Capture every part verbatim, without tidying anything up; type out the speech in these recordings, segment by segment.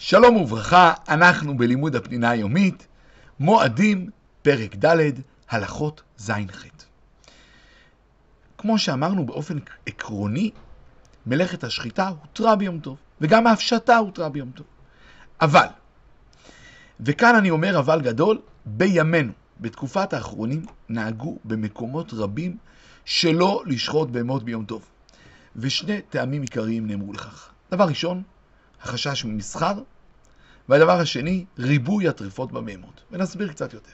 שלום וברכה, אנחנו בלימוד הפנינה היומית, מועדים, פרק ד', הלכות זין ח'. כמו שאמרנו באופן עקרוני, מלאכת השחיטה הותרה ביום טוב, וגם ההפשטה הותרה ביום טוב. אבל, וכאן אני אומר אבל גדול, בימינו, בתקופת האחרונים, נהגו במקומות רבים שלא לשחוט בהמות ביום טוב. ושני טעמים עיקריים נאמרו לכך. דבר ראשון, החשש ממסחר, והדבר השני, ריבוי הטרפות בבהמות. ונסביר קצת יותר.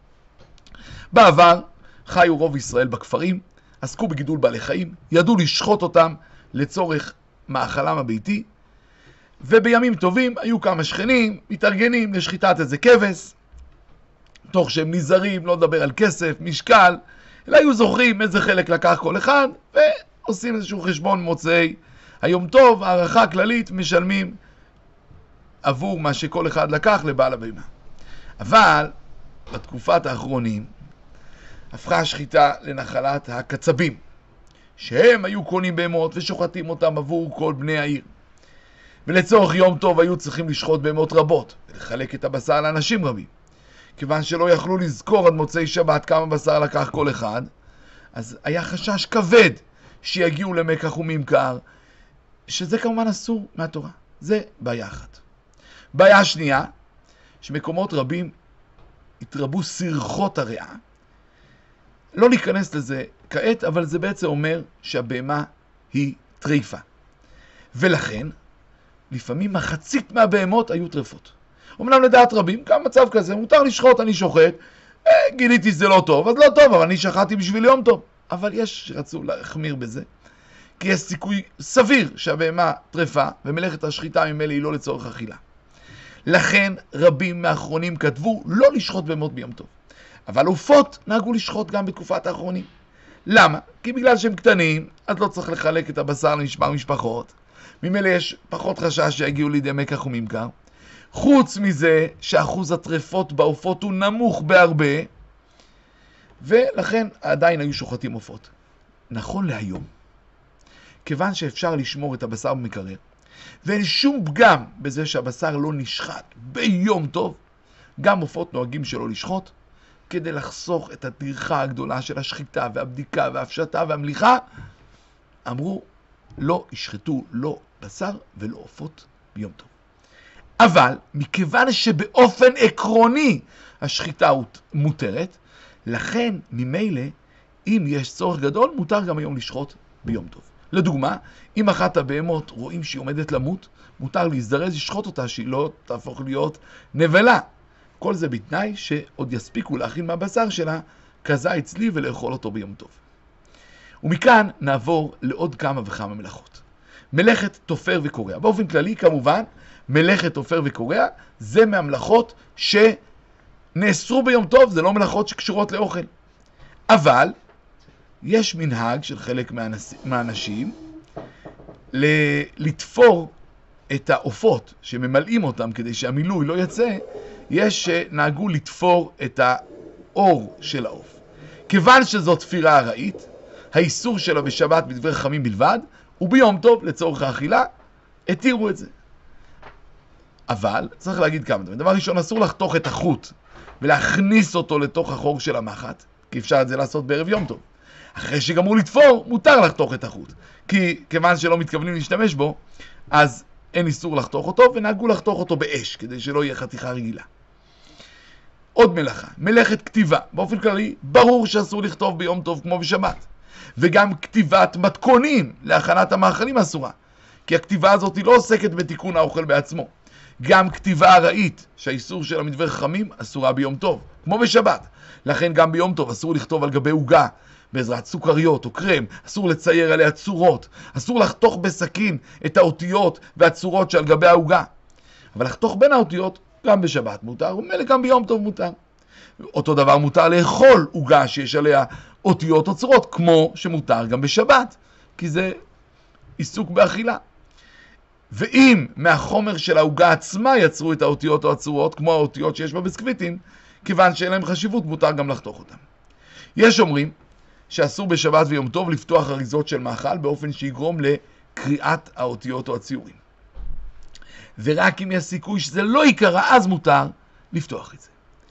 בעבר חיו רוב ישראל בכפרים, עסקו בגידול בעלי חיים, ידעו לשחוט אותם לצורך מאכלם הביתי, ובימים טובים היו כמה שכנים מתארגנים לשחיטת איזה כבש, תוך שהם נזהרים, לא לדבר על כסף, משקל, אלא היו זוכרים איזה חלק לקח כל אחד, ועושים איזשהו חשבון מוצאי היום טוב, הערכה כללית, משלמים עבור מה שכל אחד לקח לבעל הבהמה. אבל בתקופת האחרונים הפכה השחיטה לנחלת הקצבים, שהם היו קונים בהמות ושוחטים אותם עבור כל בני העיר. ולצורך יום טוב היו צריכים לשחוט בהמות רבות ולחלק את הבשר לאנשים רבים. כיוון שלא יכלו לזכור עד מוצאי שבת כמה בשר לקח כל אחד, אז היה חשש כבד שיגיעו למקח וממכר, שזה כמובן אסור מהתורה. זה בעיה אחת. בעיה שנייה, שמקומות רבים התרבו סרחות הריאה. לא ניכנס לזה כעת, אבל זה בעצם אומר שהבהמה היא טריפה. ולכן, לפעמים מחצית מהבהמות היו טרפות. אומנם לדעת רבים, גם מצב כזה, מותר לשחוט, אני שוחט, אה, גיליתי שזה לא טוב, אז לא טוב, אבל אני שחטתי בשביל יום טוב. אבל יש שרצו להחמיר בזה, כי יש סיכוי סביר שהבהמה טרפה, ומלאכת השחיטה ממילא היא לא לצורך אכילה. לכן רבים מהאחרונים כתבו לא לשחוט בהמות ביום טוב. אבל עופות נהגו לשחוט גם בתקופת האחרונים. למה? כי בגלל שהם קטנים, אז לא צריך לחלק את הבשר למשמר משפחות. ממילא יש פחות חשש שיגיעו לידי מקח וממכר. חוץ מזה שאחוז הטרפות בעופות הוא נמוך בהרבה, ולכן עדיין היו שוחטים עופות. נכון להיום, כיוון שאפשר לשמור את הבשר במקרר, ואין שום פגם בזה שהבשר לא נשחט ביום טוב, גם עופות נוהגים שלא לשחוט, כדי לחסוך את הטרחה הגדולה של השחיטה והבדיקה וההפשטה והמליחה, אמרו לא ישחטו לא בשר ולא עופות ביום טוב. אבל מכיוון שבאופן עקרוני השחיטה מותרת, לכן ממילא אם יש צורך גדול מותר גם היום לשחוט ביום טוב. לדוגמה, אם אחת הבהמות רואים שהיא עומדת למות, מותר להזדרז לשחוט אותה שהיא לא תהפוך להיות נבלה. כל זה בתנאי שעוד יספיקו להכין מהבשר שלה כזה אצלי ולאכול אותו ביום טוב. ומכאן נעבור לעוד כמה וכמה מלאכות. מלאכת תופר וקורע. באופן כללי כמובן, מלאכת תופר וקורע זה מהמלאכות שנאסרו ביום טוב, זה לא מלאכות שקשורות לאוכל. אבל יש מנהג של חלק מהאנשים לתפור את העופות שממלאים אותם כדי שהמילוי לא יצא, יש שנהגו לתפור את האור של העוף. כיוון שזו תפירה ארעית, האיסור שלה בשבת בדברי חכמים בלבד, וביום טוב לצורך האכילה, התירו את זה. אבל צריך להגיד כמה דברים. דבר ראשון, אסור לחתוך את החוט ולהכניס אותו לתוך החור של המחט, כי אפשר את זה לעשות בערב יום טוב. אחרי שגמרו לתפור, מותר לחתוך את החוט. כי כיוון שלא מתכוונים להשתמש בו, אז אין איסור לחתוך אותו, ונהגו לחתוך אותו באש, כדי שלא יהיה חתיכה רגילה. עוד מלאכה, מלאכת כתיבה. באופן כללי, ברור שאסור לכתוב ביום טוב כמו בשבת. וגם כתיבת מתכונים להכנת המאכלים אסורה. כי הכתיבה הזאת לא עוסקת בתיקון האוכל בעצמו. גם כתיבה ארעית, שהאיסור של המדברי חכמים, אסורה ביום טוב, כמו בשבת. לכן גם ביום טוב אסור לכתוב על גבי עוגה, בעזרת סוכריות או קרם, אסור לצייר עליה צורות, אסור לחתוך בסכין את האותיות והצורות שעל גבי העוגה. אבל לחתוך בין האותיות גם בשבת מותר, ומילא גם ביום טוב מותר. אותו דבר מותר לאכול עוגה שיש עליה אותיות או צורות, כמו שמותר גם בשבת, כי זה עיסוק באכילה. ואם מהחומר של העוגה עצמה יצרו את האותיות או הצורות, כמו האותיות שיש בביסקוויטים, כיוון שאין להם חשיבות, מותר גם לחתוך אותם. יש אומרים שאסור בשבת ויום טוב לפתוח אריזות של מאכל באופן שיגרום לקריאת האותיות או הציורים. ורק אם יש סיכוי שזה לא יקרה, אז מותר לפתוח את זה.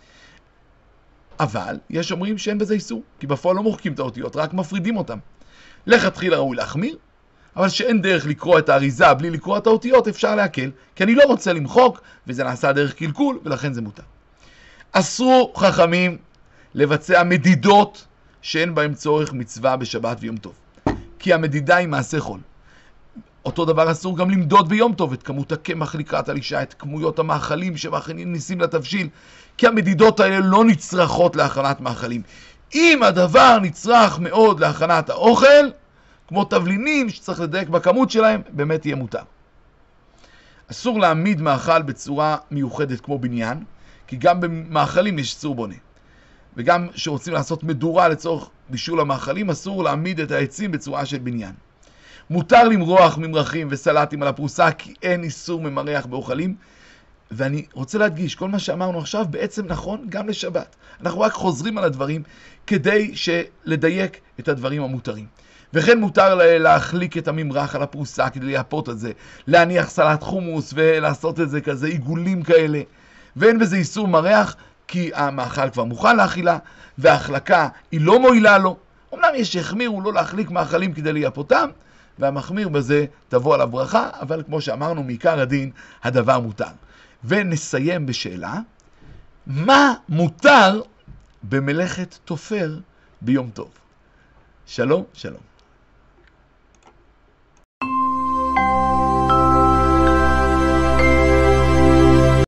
אבל יש אומרים שאין בזה איסור, כי בפועל לא מוחקים את האותיות, רק מפרידים אותם. לכתחילה ראוי להחמיר, אבל שאין דרך לקרוא את האריזה בלי לקרוא את האותיות, אפשר להקל, כי אני לא רוצה למחוק, וזה נעשה דרך קלקול, ולכן זה מותר. אסרו חכמים לבצע מדידות שאין בהם צורך מצווה בשבת ויום טוב, כי המדידה היא מעשה חול. אותו דבר אסור גם למדוד ביום טוב את כמות הקמח לקראת הלישה, את כמויות המאכלים שמכניסים לתבשיל, כי המדידות האלה לא נצרכות להכנת מאכלים. אם הדבר נצרך מאוד להכנת האוכל, כמו תבלינים שצריך לדייק בכמות שלהם, באמת יהיה מותר. אסור להעמיד מאכל בצורה מיוחדת כמו בניין, כי גם במאכלים יש צור בונה. וגם שרוצים לעשות מדורה לצורך בישול המאכלים, אסור להעמיד את העצים בצורה של בניין. מותר למרוח ממרחים וסלטים על הפרוסה, כי אין איסור ממרח באוכלים. ואני רוצה להדגיש, כל מה שאמרנו עכשיו בעצם נכון גם לשבת. אנחנו רק חוזרים על הדברים כדי לדייק את הדברים המותרים. וכן מותר להחליק את הממרח על הפרוסה כדי לייפות את זה, להניח סלט חומוס ולעשות את זה כזה עיגולים כאלה. ואין בזה איסור מרח, כי המאכל כבר מוכן לאכילה, וההחלקה היא לא מועילה לו. אמנם יש שהחמירו לא להחליק מאכלים כדי לייפותם, והמחמיר בזה תבוא עליו ברכה, אבל כמו שאמרנו, מעיקר הדין הדבר מותר. ונסיים בשאלה, מה מותר במלאכת תופר ביום טוב? שלום, שלום.